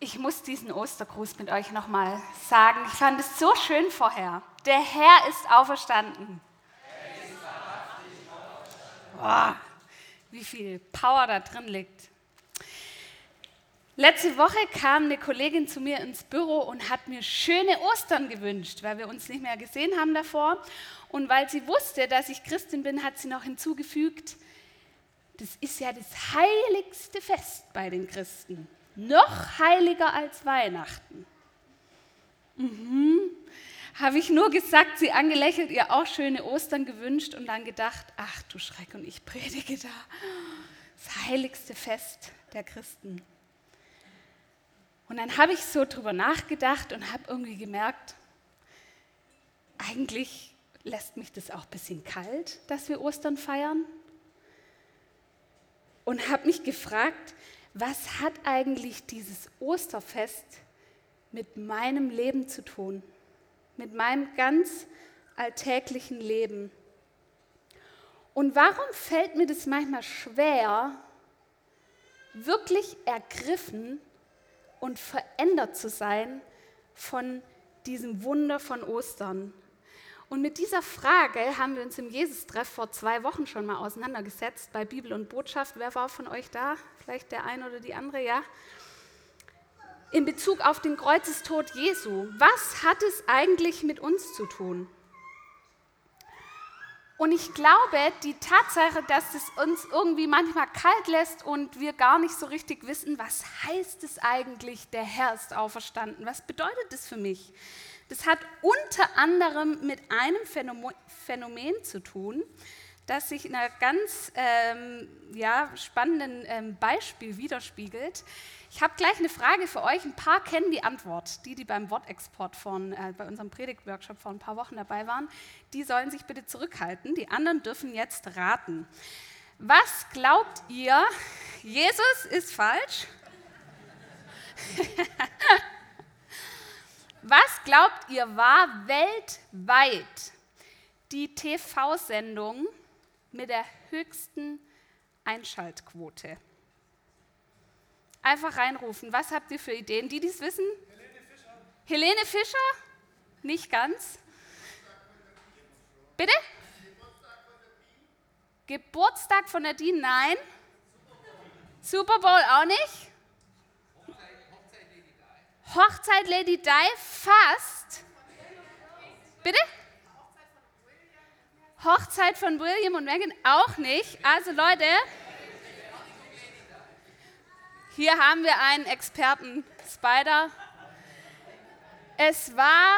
Ich muss diesen Ostergruß mit euch nochmal sagen. Ich fand es so schön vorher. Der Herr ist auferstanden. Boah, wie viel Power da drin liegt. Letzte Woche kam eine Kollegin zu mir ins Büro und hat mir schöne Ostern gewünscht, weil wir uns nicht mehr gesehen haben davor. Und weil sie wusste, dass ich Christin bin, hat sie noch hinzugefügt, das ist ja das heiligste Fest bei den Christen. Noch heiliger als Weihnachten. Habe ich nur gesagt, sie angelächelt, ihr auch schöne Ostern gewünscht und dann gedacht, ach du Schreck, und ich predige da. Das heiligste Fest der Christen. Und dann habe ich so drüber nachgedacht und habe irgendwie gemerkt, eigentlich lässt mich das auch ein bisschen kalt, dass wir Ostern feiern. Und habe mich gefragt, was hat eigentlich dieses Osterfest mit meinem Leben zu tun? Mit meinem ganz alltäglichen Leben? Und warum fällt mir das manchmal schwer, wirklich ergriffen und verändert zu sein von diesem Wunder von Ostern? Und mit dieser Frage haben wir uns im Jesus-Treff vor 2 Wochen schon mal auseinandergesetzt, bei Bibel und Botschaft. Wer war von euch da? Vielleicht der eine oder die andere, ja? In Bezug auf den Kreuzestod Jesu. Was hat es eigentlich mit uns zu tun? Und ich glaube, die Tatsache, dass es uns irgendwie manchmal kalt lässt und wir gar nicht so richtig wissen, was heißt es eigentlich, der Herr ist auferstanden? Was bedeutet das für mich? Das hat unter anderem mit einem Phänomen zu tun, das sich in einem ganz spannenden Beispiel widerspiegelt. Ich habe gleich eine Frage für euch. Ein paar kennen die Antwort. Die beim Wortexport bei unserem Predigtworkshop vor ein paar Wochen dabei waren, die sollen sich bitte zurückhalten. Die anderen dürfen jetzt raten. Was glaubt ihr? Jesus ist falsch? Was glaubt ihr, war weltweit die TV-Sendung mit der höchsten Einschaltquote? Einfach reinrufen. Was habt ihr für Ideen? Die es wissen? Helene Fischer? Nicht ganz. Bitte? Geburtstag von der DIN? Nein. Super Bowl auch nicht. Hochzeit Lady Di? Fast. Bitte? Hochzeit von William und Meghan? Auch nicht. Also Leute, hier haben wir einen Experten, Spider. Es war,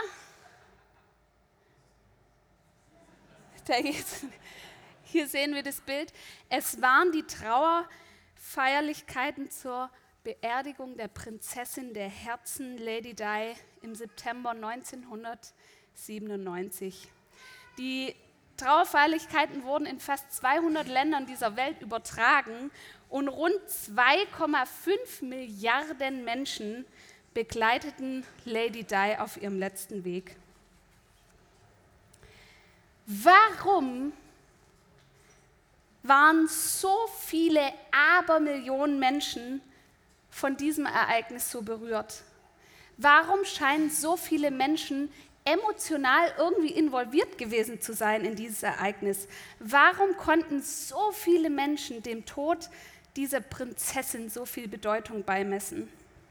hier sehen wir das Bild, es waren die Trauerfeierlichkeiten zur Beerdigung der Prinzessin der Herzen, Lady Di, im September 1997. Die Trauerfeierlichkeiten wurden in fast 200 Ländern dieser Welt übertragen und rund 2,5 Milliarden Menschen begleiteten Lady Di auf ihrem letzten Weg. Warum waren so viele Abermillionen Menschen von diesem Ereignis so berührt? Warum scheinen so viele Menschen emotional irgendwie involviert gewesen zu sein in dieses Ereignis? Warum konnten so viele Menschen dem Tod dieser Prinzessin so viel Bedeutung beimessen?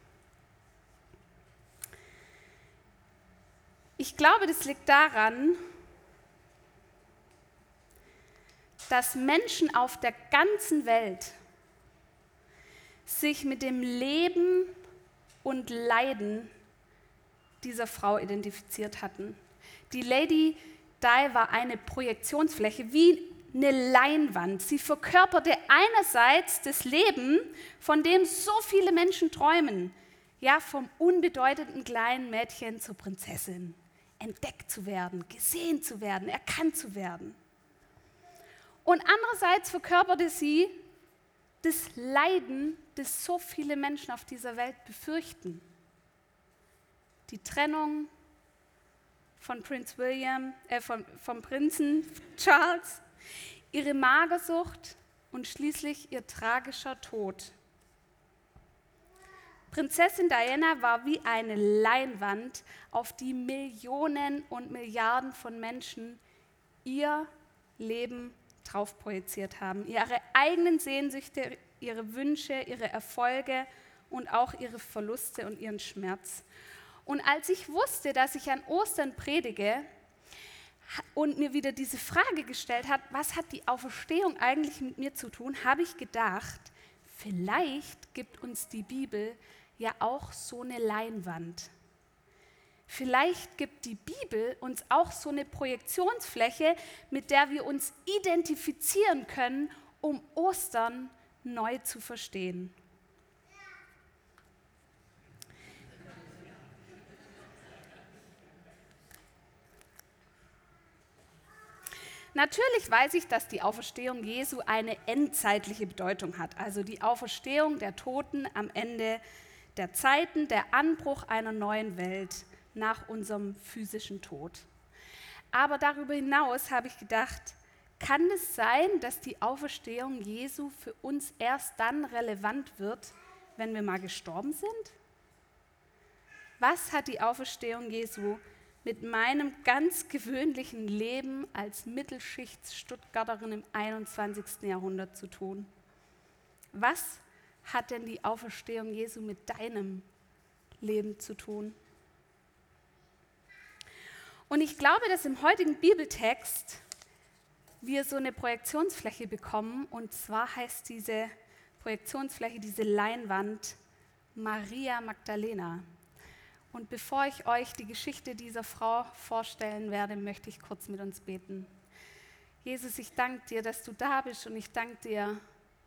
Ich glaube, das liegt daran, dass Menschen auf der ganzen Welt sich mit dem Leben und Leiden dieser Frau identifiziert hatten. Die Lady Di war eine Projektionsfläche, wie eine Leinwand. Sie verkörperte einerseits das Leben, von dem so viele Menschen träumen, ja, vom unbedeutenden kleinen Mädchen zur Prinzessin, entdeckt zu werden, gesehen zu werden, erkannt zu werden. Und andererseits verkörperte sie das Leiden, das so viele Menschen auf dieser Welt befürchten. Die Trennung von vom Prinzen Charles, ihre Magersucht und schließlich ihr tragischer Tod. Prinzessin Diana war wie eine Leinwand, auf die Millionen und Milliarden von Menschen ihr Leben drauf projiziert haben. Ihre eigenen Sehnsüchte, ihre Wünsche, ihre Erfolge und auch ihre Verluste und ihren Schmerz. Und als ich wusste, dass ich an Ostern predige und mir wieder diese Frage gestellt hat, was hat die Auferstehung eigentlich mit mir zu tun, habe ich gedacht, vielleicht gibt uns die Bibel ja auch so eine Leinwand. Vielleicht gibt die Bibel uns auch so eine Projektionsfläche, mit der wir uns identifizieren können, um Ostern neu zu verstehen. Natürlich weiß ich, dass die Auferstehung Jesu eine endzeitliche Bedeutung hat, also die Auferstehung der Toten am Ende der Zeiten, der Anbruch einer neuen Welt nach unserem physischen Tod. Aber darüber hinaus habe ich gedacht, kann es sein, dass die Auferstehung Jesu für uns erst dann relevant wird, wenn wir mal gestorben sind? Was hat die Auferstehung Jesu mit meinem ganz gewöhnlichen Leben als Mittelschichts-Stuttgarterin im 21. Jahrhundert zu tun? Was hat denn die Auferstehung Jesu mit deinem Leben zu tun? Und ich glaube, dass im heutigen Bibeltext wir so eine Projektionsfläche bekommen, und zwar heißt diese Projektionsfläche, diese Leinwand, Maria Magdalena. Und bevor ich euch die Geschichte dieser Frau vorstellen werde, möchte ich kurz mit uns beten. Jesus, ich danke dir, dass du da bist, und ich danke dir,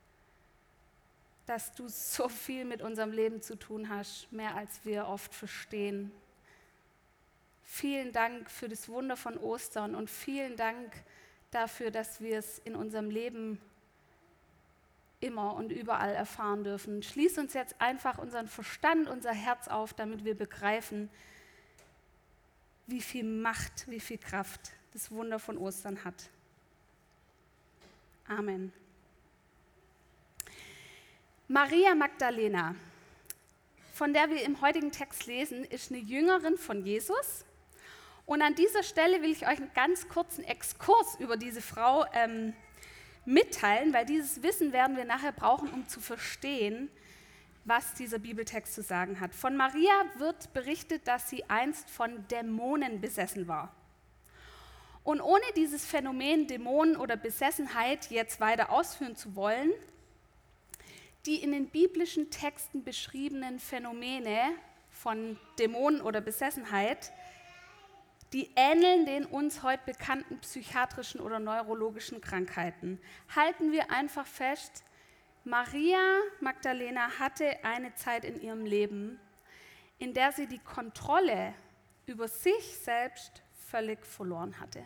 dass du so viel mit unserem Leben zu tun hast, mehr als wir oft verstehen. Vielen Dank für das Wunder von Ostern und vielen Dank dafür, dass wir es in unserem Leben immer und überall erfahren dürfen. Schließ uns jetzt einfach unseren Verstand, unser Herz auf, damit wir begreifen, wie viel Macht, wie viel Kraft das Wunder von Ostern hat. Amen. Maria Magdalena, von der wir im heutigen Text lesen, ist eine Jüngerin von Jesus. Und an dieser Stelle will ich euch einen ganz kurzen Exkurs über diese Frau mitteilen, weil dieses Wissen werden wir nachher brauchen, um zu verstehen, was dieser Bibeltext zu sagen hat. Von Maria wird berichtet, dass sie einst von Dämonen besessen war. Und ohne dieses Phänomen Dämonen oder Besessenheit jetzt weiter ausführen zu wollen, die in den biblischen Texten beschriebenen Phänomene von Dämonen oder Besessenheit, die ähneln den uns heute bekannten psychiatrischen oder neurologischen Krankheiten. Halten wir einfach fest, Maria Magdalena hatte eine Zeit in ihrem Leben, in der sie die Kontrolle über sich selbst völlig verloren hatte.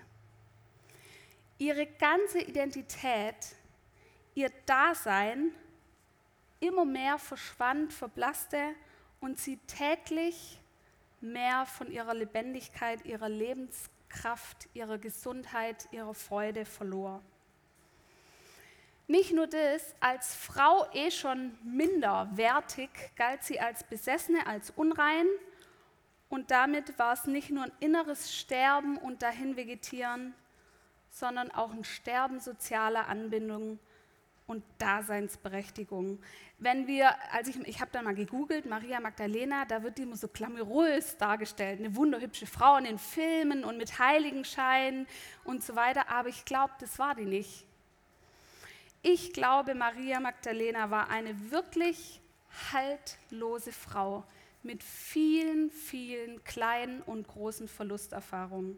Ihre ganze Identität, ihr Dasein immer mehr verschwand, verblasste und sie täglich mehr von ihrer Lebendigkeit, ihrer Lebenskraft, ihrer Gesundheit, ihrer Freude verlor. Nicht nur das, als Frau schon minderwertig galt sie als Besessene, als unrein, und damit war es nicht nur ein inneres Sterben und Dahinvegetieren, sondern auch ein Sterben sozialer Anbindung und Daseinsberechtigung. Ich habe da mal gegoogelt, Maria Magdalena, da wird die immer so glamourös dargestellt, eine wunderhübsche Frau in den Filmen und mit Heiligenschein und so weiter, aber ich glaube, das war die nicht. Ich glaube, Maria Magdalena war eine wirklich haltlose Frau mit vielen, vielen kleinen und großen Verlusterfahrungen.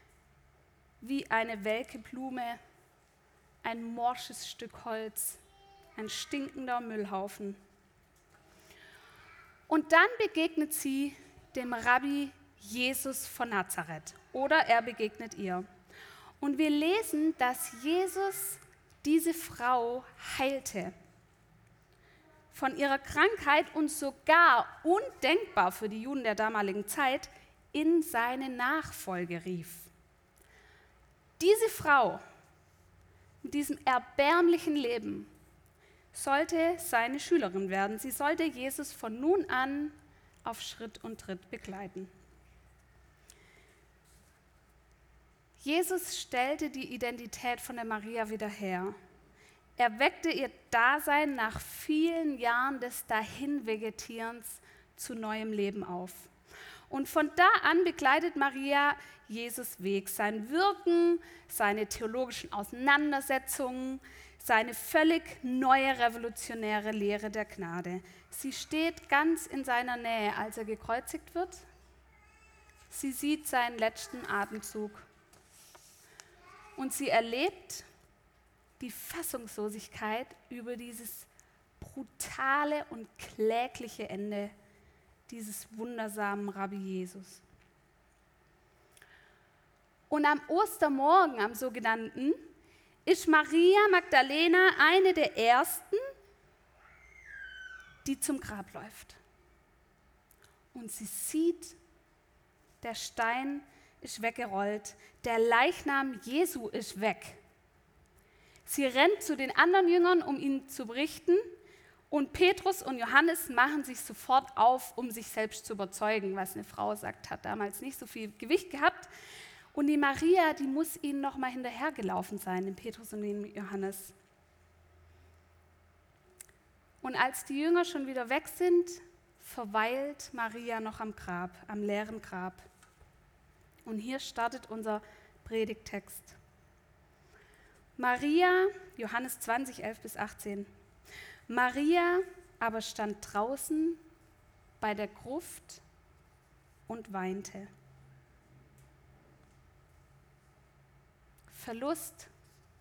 Wie eine welke Blume, ein morsches Stück Holz, ein stinkender Müllhaufen. Und dann begegnet sie dem Rabbi Jesus von Nazareth, oder er begegnet ihr. Und wir lesen, dass Jesus diese Frau heilte von ihrer Krankheit und sogar, undenkbar für die Juden der damaligen Zeit, in seine Nachfolge rief. Diese Frau mit diesem erbärmlichen Leben sollte seine Schülerin werden. Sie sollte Jesus von nun an auf Schritt und Tritt begleiten. Jesus stellte die Identität von der Maria wieder her. Er weckte ihr Dasein nach vielen Jahren des Dahinvegetierens zu neuem Leben auf. Und von da an begleitet Maria Jesus Weg, sein Wirken, seine theologischen Auseinandersetzungen, seine völlig neue revolutionäre Lehre der Gnade. Sie steht ganz in seiner Nähe, als er gekreuzigt wird. Sie sieht seinen letzten Atemzug. Und sie erlebt die Fassungslosigkeit über dieses brutale und klägliche Ende dieses wundersamen Rabbi Jesus. Und am Ostermorgen, am sogenannten, ist Maria Magdalena eine der ersten, die zum Grab läuft. Und sie sieht, der Stein ist weggerollt, der Leichnam Jesu ist weg. Sie rennt zu den anderen Jüngern, um ihnen zu berichten, und Petrus und Johannes machen sich sofort auf, um sich selbst zu überzeugen, was eine Frau sagt, hat damals nicht so viel Gewicht gehabt. Und die Maria, die muss ihnen noch mal hinterhergelaufen sein, dem Petrus und dem Johannes. Und als die Jünger schon wieder weg sind, verweilt Maria noch am Grab, am leeren Grab. Und hier startet unser Predigttext. Maria, Johannes 20, 11-18. Maria aber stand draußen bei der Gruft und weinte. Verlust,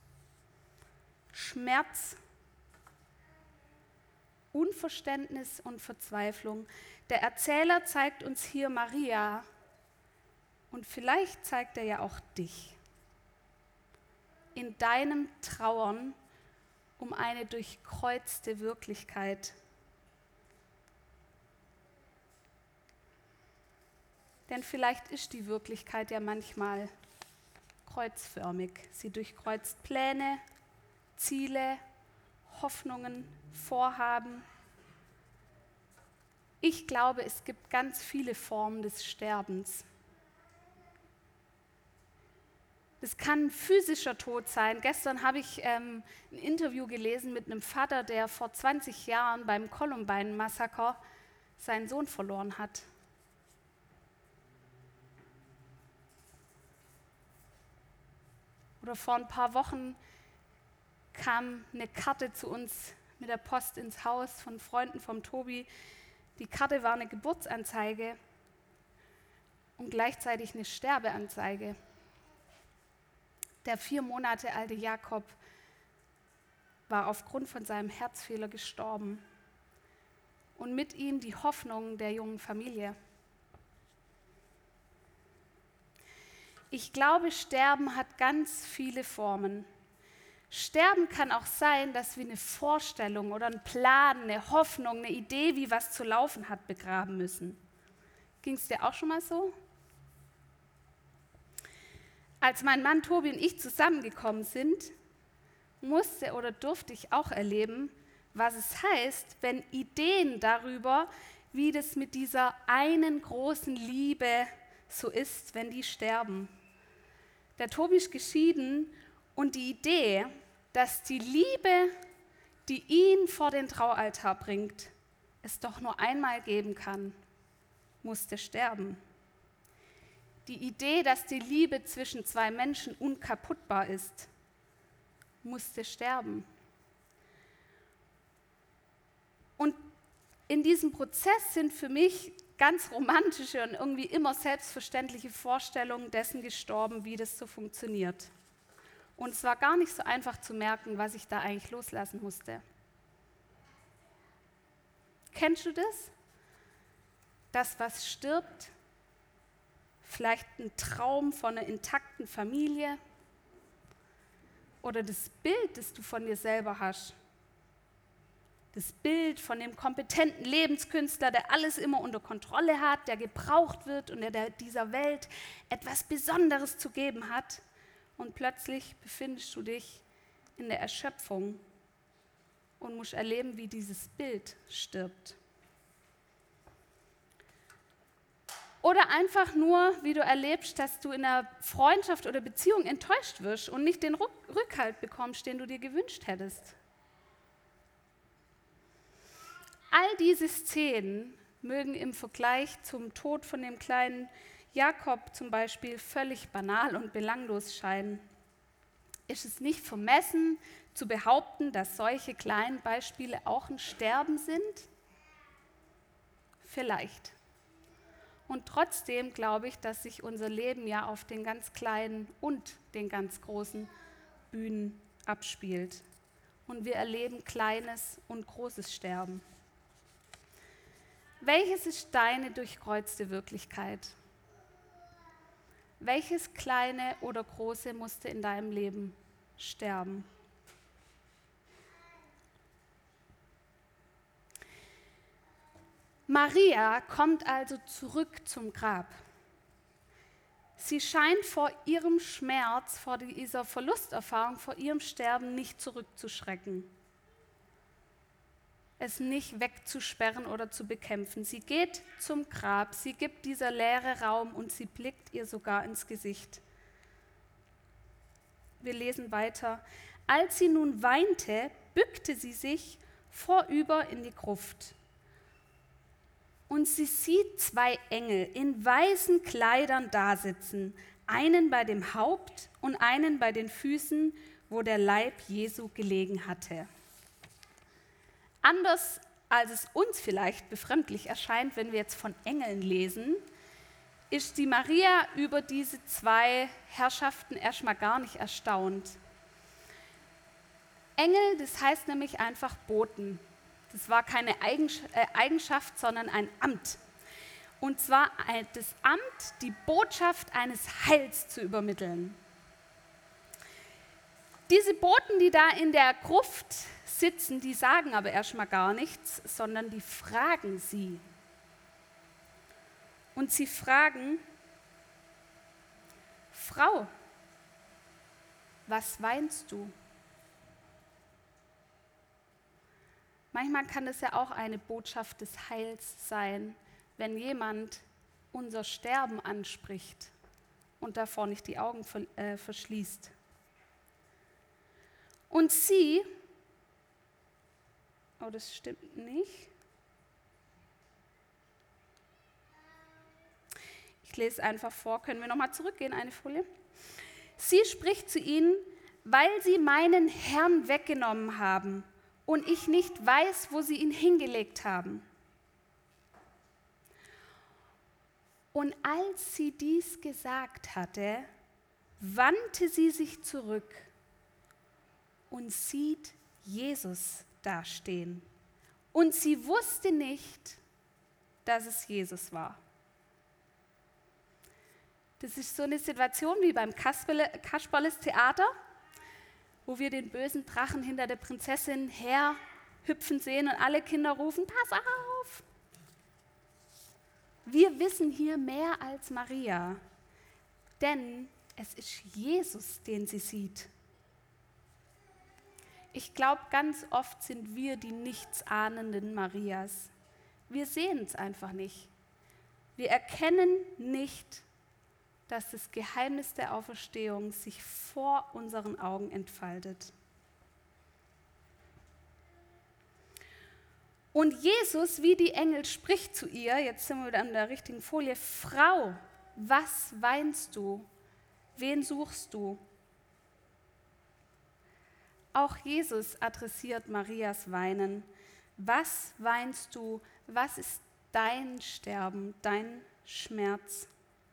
Schmerz, Unverständnis und Verzweiflung. Der Erzähler zeigt uns hier Maria und vielleicht zeigt er ja auch dich in deinem Trauern um eine durchkreuzte Wirklichkeit. Denn vielleicht ist die Wirklichkeit ja manchmal kreuzförmig. Sie durchkreuzt Pläne, Ziele, Hoffnungen, Vorhaben. Ich glaube, es gibt ganz viele Formen des Sterbens. Das kann ein physischer Tod sein. Gestern habe ich ein Interview gelesen mit einem Vater, der vor 20 Jahren beim Columbine-Massaker seinen Sohn verloren hat. Oder vor ein paar Wochen kam eine Karte zu uns mit der Post ins Haus von Freunden vom Tobi. Die Karte war eine Geburtsanzeige und gleichzeitig eine Sterbeanzeige. Der 4 Monate alte Jakob war aufgrund von seinem Herzfehler gestorben und mit ihm die Hoffnung der jungen Familie. Ich glaube, Sterben hat ganz viele Formen. Sterben kann auch sein, dass wir eine Vorstellung oder einen Plan, eine Hoffnung, eine Idee, wie was zu laufen hat, begraben müssen. Ging es dir auch schon mal so? Als mein Mann Tobi und ich zusammengekommen sind, musste oder durfte ich auch erleben, was es heißt, wenn Ideen darüber, wie das mit dieser einen großen Liebe so ist, wenn die sterben. Der Tobi ist geschieden und die Idee, dass die Liebe, die ihn vor den Traualtar bringt, es doch nur einmal geben kann, musste sterben. Die Idee, dass die Liebe zwischen zwei Menschen unkaputtbar ist, musste sterben. Und in diesem Prozess sind für mich ganz romantische und irgendwie immer selbstverständliche Vorstellungen dessen gestorben, wie das so funktioniert. Und es war gar nicht so einfach zu merken, was ich da eigentlich loslassen musste. Kennst du das? Das, was stirbt, vielleicht ein Traum von einer intakten Familie oder das Bild, das du von dir selber hast. Das Bild von dem kompetenten Lebenskünstler, der alles immer unter Kontrolle hat, der gebraucht wird und der dieser Welt etwas Besonderes zu geben hat. Und plötzlich befindest du dich in der Erschöpfung und musst erleben, wie dieses Bild stirbt. Oder einfach nur, wie du erlebst, dass du in einer Freundschaft oder Beziehung enttäuscht wirst und nicht den Rückhalt bekommst, den du dir gewünscht hättest. All diese Szenen mögen im Vergleich zum Tod von dem kleinen Jakob zum Beispiel völlig banal und belanglos scheinen. Ist es nicht vermessen zu behaupten, dass solche kleinen Beispiele auch ein Sterben sind? Vielleicht. Und trotzdem glaube ich, dass sich unser Leben ja auf den ganz kleinen und den ganz großen Bühnen abspielt. Und wir erleben kleines und großes Sterben. Welches ist deine durchkreuzte Wirklichkeit? Welches kleine oder große musste in deinem Leben sterben? Maria kommt also zurück zum Grab. Sie scheint vor ihrem Schmerz, vor dieser Verlusterfahrung, vor ihrem Sterben nicht zurückzuschrecken, es nicht wegzusperren oder zu bekämpfen. Sie geht zum Grab, sie gibt dieser leere Raum und sie blickt ihr sogar ins Gesicht. Wir lesen weiter. Als sie nun weinte, bückte sie sich vorüber in die Gruft. Und sie sieht 2 Engel in weißen Kleidern dasitzen, einen bei dem Haupt und einen bei den Füßen, wo der Leib Jesu gelegen hatte. Anders als es uns vielleicht befremdlich erscheint, wenn wir jetzt von Engeln lesen, ist die Maria über diese 2 Herrschaften erstmal gar nicht erstaunt. Engel, das heißt nämlich einfach Boten. Das war keine Eigenschaft, sondern ein Amt. Und zwar das Amt, die Botschaft eines Heils zu übermitteln. Diese Boten, die da in der Gruft sitzen, die sagen aber erstmal gar nichts, sondern die fragen sie. Und sie fragen, Frau, was weinst du? Manchmal kann es ja auch eine Botschaft des Heils sein, wenn jemand unser Sterben anspricht und davor nicht die Augen verschließt. Und sie, oh, das stimmt nicht. Ich lese einfach vor, können wir nochmal zurückgehen, eine Folie. Sie spricht zu ihnen, weil sie meinen Herrn weggenommen haben und ich nicht weiß, wo sie ihn hingelegt haben. Und als sie dies gesagt hatte, wandte sie sich zurück und sieht Jesus dastehen. Und sie wusste nicht, dass es Jesus war. Das ist so eine Situation wie beim Kasperles Theater, wo wir den bösen Drachen hinter der Prinzessin herhüpfen sehen und alle Kinder rufen, pass auf! Wir wissen hier mehr als Maria, denn es ist Jesus, den sie sieht. Ich glaube, ganz oft sind wir die nichtsahnenden Marias. Wir sehen es einfach nicht. Wir erkennen nicht, dass das Geheimnis der Auferstehung sich vor unseren Augen entfaltet. Und Jesus, wie die Engel, spricht zu ihr, jetzt sind wir wieder an der richtigen Folie, Frau, was weinst du? Wen suchst du? Auch Jesus adressiert Marias Weinen. Was weinst du? Was ist dein Sterben, dein Schmerz?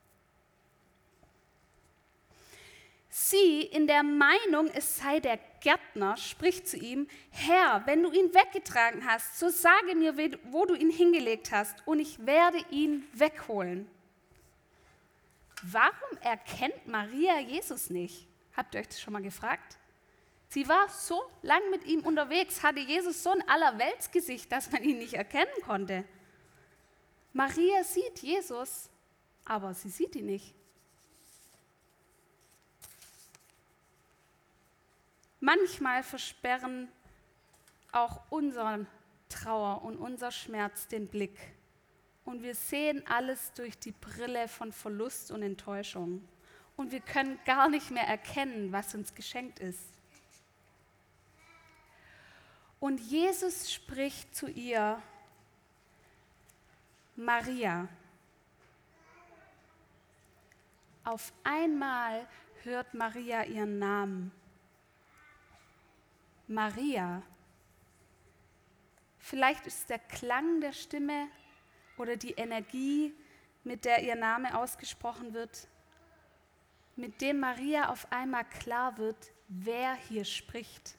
Sie, in der Meinung, es sei der Gärtner, spricht zu ihm, Herr, wenn du ihn weggetragen hast, so sage mir, wo du ihn hingelegt hast, und ich werde ihn wegholen. Warum erkennt Maria Jesus nicht? Habt ihr euch das schon mal gefragt? Sie war so lang mit ihm unterwegs, hatte Jesus so ein Allerweltsgesicht, dass man ihn nicht erkennen konnte. Maria sieht Jesus, aber sie sieht ihn nicht. Manchmal versperren auch unsere Trauer und unser Schmerz den Blick. Und wir sehen alles durch die Brille von Verlust und Enttäuschung. Und wir können gar nicht mehr erkennen, was uns geschenkt ist. Und Jesus spricht zu ihr, Maria. Auf einmal hört Maria ihren Namen. Maria. Vielleicht ist der Klang der Stimme oder die Energie, mit der ihr Name ausgesprochen wird, mit dem Maria auf einmal klar wird, wer hier spricht.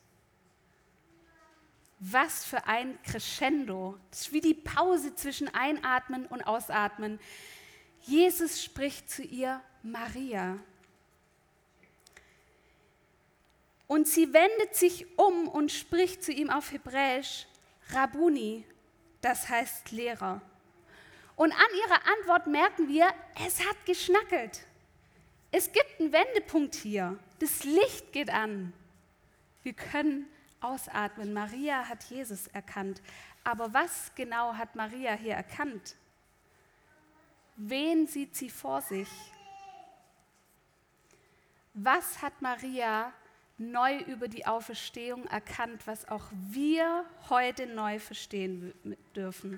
Was für ein Crescendo. Das ist wie die Pause zwischen Einatmen und Ausatmen. Jesus spricht zu ihr, Maria. Und sie wendet sich um und spricht zu ihm auf Hebräisch, Rabuni, das heißt Lehrer. Und an ihrer Antwort merken wir, es hat geschnackelt. Es gibt einen Wendepunkt hier. Das Licht geht an. Wir können ausatmen. Maria hat Jesus erkannt. Aber was genau hat Maria hier erkannt? Wen sieht sie vor sich? Was hat Maria neu über die Auferstehung erkannt, was auch wir heute neu verstehen dürfen?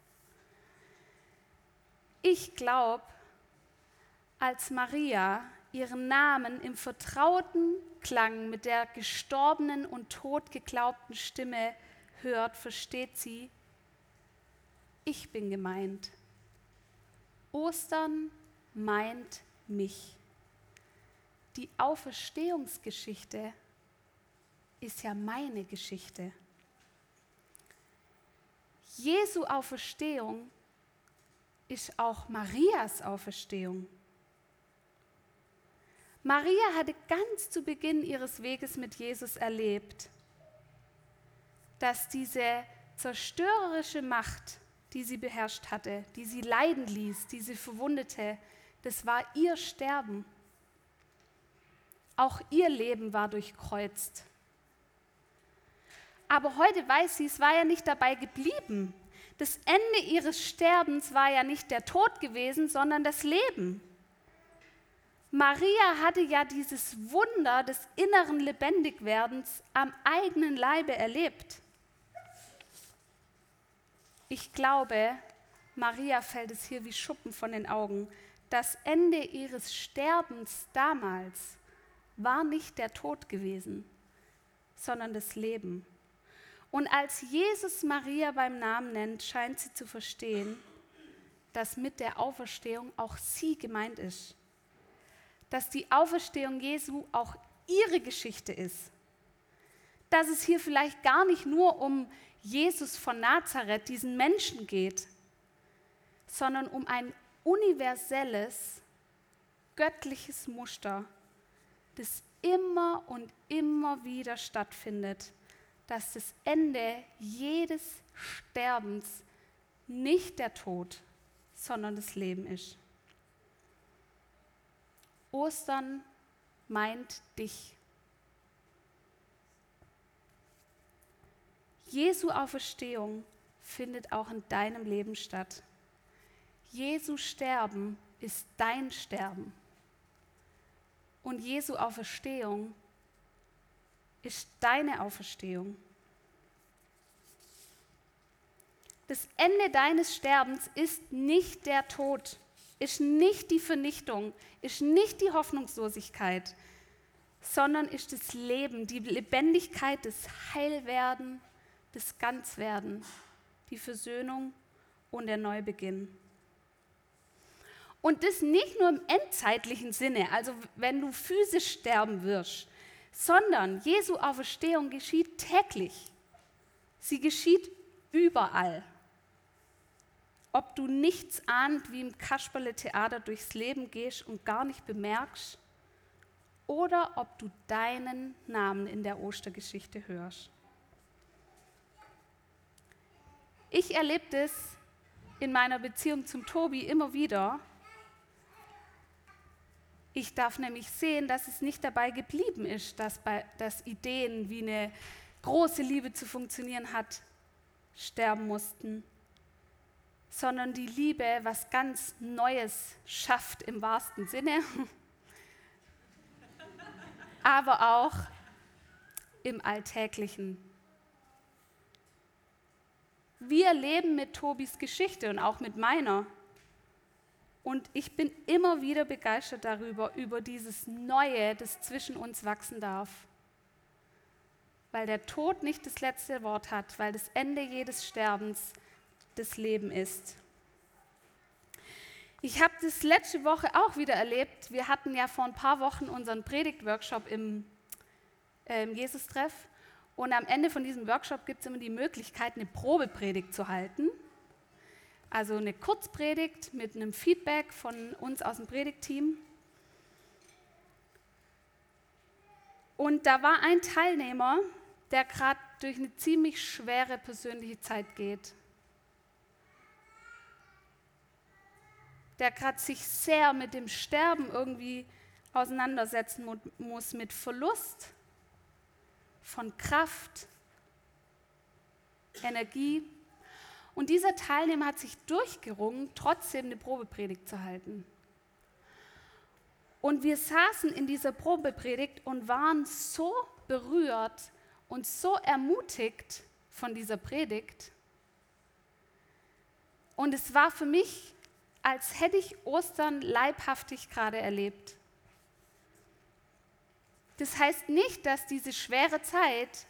Ich glaube, als Maria ihren Namen im vertrauten Klang mit der gestorbenen und totgeglaubten Stimme hört, versteht sie, ich bin gemeint. Ostern meint mich. Die Auferstehungsgeschichte ist ja meine Geschichte. Jesu Auferstehung ist auch Marias Auferstehung. Maria hatte ganz zu Beginn ihres Weges mit Jesus erlebt, dass diese zerstörerische Macht, die sie beherrscht hatte, die sie leiden ließ, die sie verwundete, das war ihr Sterben. Auch ihr Leben war durchkreuzt. Aber heute weiß sie, es war ja nicht dabei geblieben. Das Ende ihres Sterbens war ja nicht der Tod gewesen, sondern das Leben. Maria hatte ja dieses Wunder des inneren Lebendigwerdens am eigenen Leibe erlebt. Ich glaube, Maria fällt es hier wie Schuppen von den Augen. Das Ende ihres Sterbens damals war nicht der Tod gewesen, sondern das Leben. Und als Jesus Maria beim Namen nennt, scheint sie zu verstehen, dass mit der Auferstehung auch sie gemeint ist. Dass die Auferstehung Jesu auch ihre Geschichte ist. Dass es hier vielleicht gar nicht nur um Jesus von Nazareth, diesen Menschen geht, sondern um ein universelles, göttliches Muster, das immer und immer wieder stattfindet, dass das Ende jedes Sterbens nicht der Tod, sondern das Leben ist. Ostern meint dich. Jesu Auferstehung findet auch in deinem Leben statt. Jesu Sterben ist dein Sterben. Und Jesu Auferstehung ist deine Auferstehung. Das Ende deines Sterbens ist nicht der Tod, ist nicht die Vernichtung, ist nicht die Hoffnungslosigkeit, sondern ist das Leben, die Lebendigkeit, das Heilwerden, das Ganzwerden, die Versöhnung und der Neubeginn. Und das nicht nur im endzeitlichen Sinne, also wenn du physisch sterben wirst, sondern Jesu Auferstehung geschieht täglich. Sie geschieht überall. Ob du nichts ahnt, wie im Kasperle-Theater durchs Leben gehst und gar nicht bemerkst, oder ob du deinen Namen in der Ostergeschichte hörst. Ich erlebe das in meiner Beziehung zum Tobi immer wieder. Ich darf nämlich sehen, dass es nicht dabei geblieben ist, dass Ideen wie eine große Liebe zu funktionieren hat, sterben mussten, sondern die Liebe was ganz Neues schafft im wahrsten Sinne, aber auch im Alltäglichen. Wir leben mit Tobis Geschichte und auch mit meiner. Und ich bin immer wieder begeistert darüber, über dieses Neue, das zwischen uns wachsen darf. Weil der Tod nicht das letzte Wort hat, weil das Ende jedes Sterbens das Leben ist. Ich habe das letzte Woche auch wieder erlebt. Wir hatten ja vor ein paar Wochen unseren Predigtworkshop im Jesus-Treff. Und am Ende von diesem Workshop gibt es immer die Möglichkeit, eine Probepredigt zu halten. Also eine Kurzpredigt mit einem Feedback von uns aus dem Predigtteam. Und da war ein Teilnehmer, der gerade durch eine ziemlich schwere persönliche Zeit geht. Der gerade sich sehr mit dem Sterben irgendwie auseinandersetzen muss, mit Verlust von Kraft, Energie. Und dieser Teilnehmer hat sich durchgerungen, trotzdem eine Probepredigt zu halten. Und wir saßen in dieser Probepredigt und waren so berührt und so ermutigt von dieser Predigt. Und es war für mich, als hätte ich Ostern leibhaftig gerade erlebt. Das heißt nicht, dass diese schwere Zeit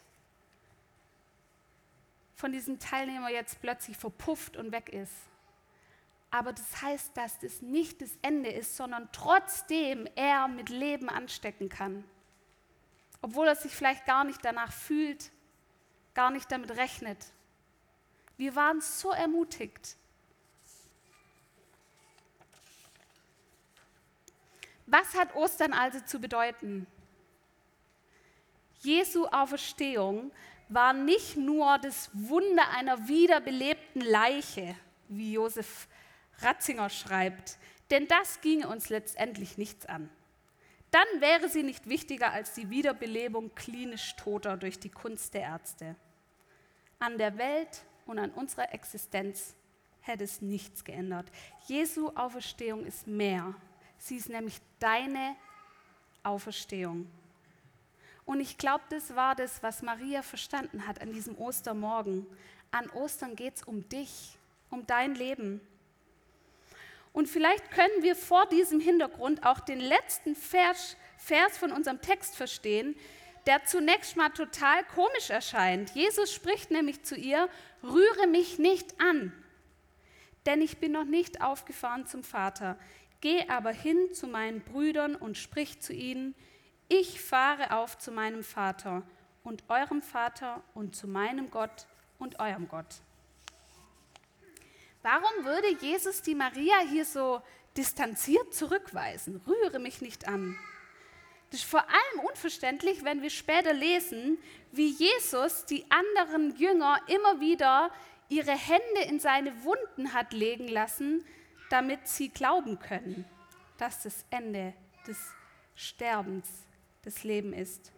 von diesem Teilnehmer jetzt plötzlich verpufft und weg ist. Aber das heißt, dass das nicht das Ende ist, sondern trotzdem er mit Leben anstecken kann. Obwohl er sich vielleicht gar nicht danach fühlt, gar nicht damit rechnet. Wir waren so ermutigt. Was hat Ostern also zu bedeuten? Jesu Auferstehung war nicht nur das Wunder einer wiederbelebten Leiche, wie Josef Ratzinger schreibt, denn das ginge uns letztendlich nichts an. Dann wäre sie nicht wichtiger als die Wiederbelebung klinisch Toter durch die Kunst der Ärzte. An der Welt und an unserer Existenz hätte es nichts geändert. Jesu Auferstehung ist mehr. Sie ist nämlich deine Auferstehung. Und ich glaube, das war das, was Maria verstanden hat an diesem Ostermorgen. An Ostern geht es um dich, um dein Leben. Und vielleicht können wir vor diesem Hintergrund auch den letzten Vers von unserem Text verstehen, der zunächst mal total komisch erscheint. Jesus spricht nämlich zu ihr: Rühre mich nicht an, denn ich bin noch nicht aufgefahren zum Vater. Geh aber hin zu meinen Brüdern und sprich zu ihnen: Ich fahre auf zu meinem Vater und eurem Vater und zu meinem Gott und eurem Gott. Warum würde Jesus die Maria hier so distanziert zurückweisen? Rühre mich nicht an. Das ist vor allem unverständlich, wenn wir später lesen, wie Jesus die anderen Jünger immer wieder ihre Hände in seine Wunden hat legen lassen, damit sie glauben können, dass das Ende des Sterbens das Leben ist.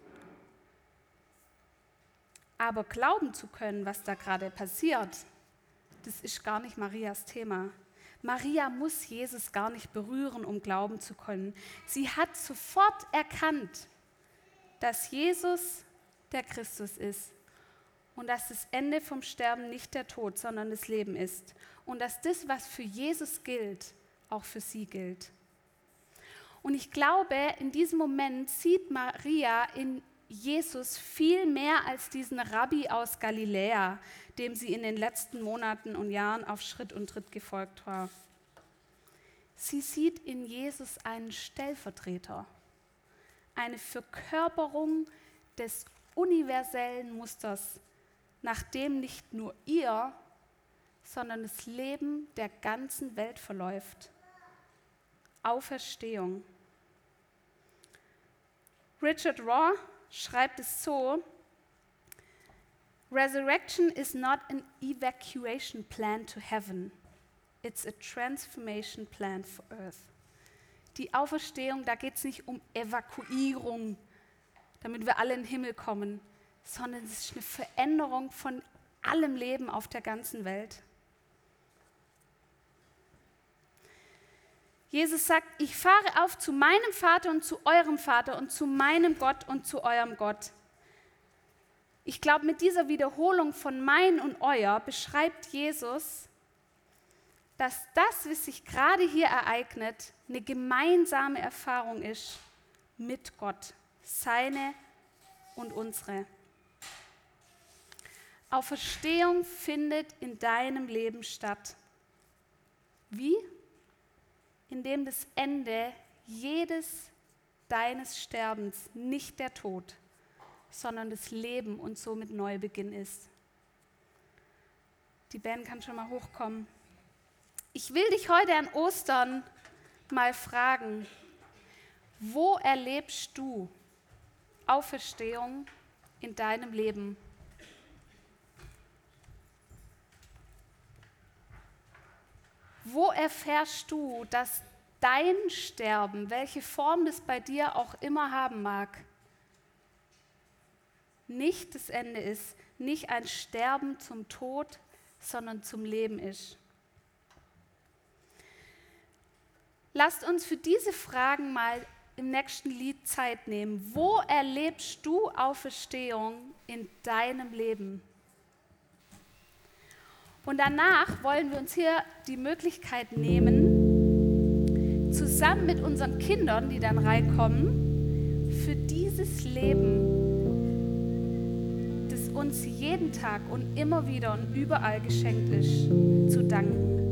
Aber glauben zu können, was da gerade passiert, das ist gar nicht Marias Thema. Maria muss Jesus gar nicht berühren, um glauben zu können. Sie hat sofort erkannt, dass Jesus der Christus ist und dass das Ende vom Sterben nicht der Tod, sondern das Leben ist. Und dass das, was für Jesus gilt, auch für sie gilt. Und ich glaube, in diesem Moment sieht Maria in Jesus viel mehr als diesen Rabbi aus Galiläa, dem sie in den letzten Monaten und Jahren auf Schritt und Tritt gefolgt war. Sie sieht in Jesus einen Stellvertreter, eine Verkörperung des universellen Musters, nach dem nicht nur ihr, sondern das Leben der ganzen Welt verläuft. Auferstehung. Richard Rohr schreibt es so: Resurrection is not an evacuation plan to heaven. It's a transformation plan for earth. Die Auferstehung, da geht es nicht um Evakuierung, damit wir alle in den Himmel kommen, sondern es ist eine Veränderung von allem Leben auf der ganzen Welt. Jesus sagt, ich fahre auf zu meinem Vater und zu eurem Vater und zu meinem Gott und zu eurem Gott. Ich glaube, mit dieser Wiederholung von mein und euer beschreibt Jesus, dass das, was sich gerade hier ereignet, eine gemeinsame Erfahrung ist mit Gott, seine und unsere. Auferstehung findet in deinem Leben statt. Wie? Indem das Ende jedes deines Sterbens nicht der Tod, sondern das Leben und somit Neubeginn ist. Die Band kann schon mal hochkommen. Ich will dich heute an Ostern mal fragen, wo erlebst du Auferstehung in deinem Leben? Wo erfährst du, dass dein Sterben, welche Form das bei dir auch immer haben mag, nicht das Ende ist, nicht ein Sterben zum Tod, sondern zum Leben ist? Lasst uns für diese Fragen mal im nächsten Lied Zeit nehmen. Wo erlebst du Auferstehung in deinem Leben? Und danach wollen wir uns hier die Möglichkeit nehmen, zusammen mit unseren Kindern, die dann reinkommen, für dieses Leben, das uns jeden Tag und immer wieder und überall geschenkt ist, zu danken.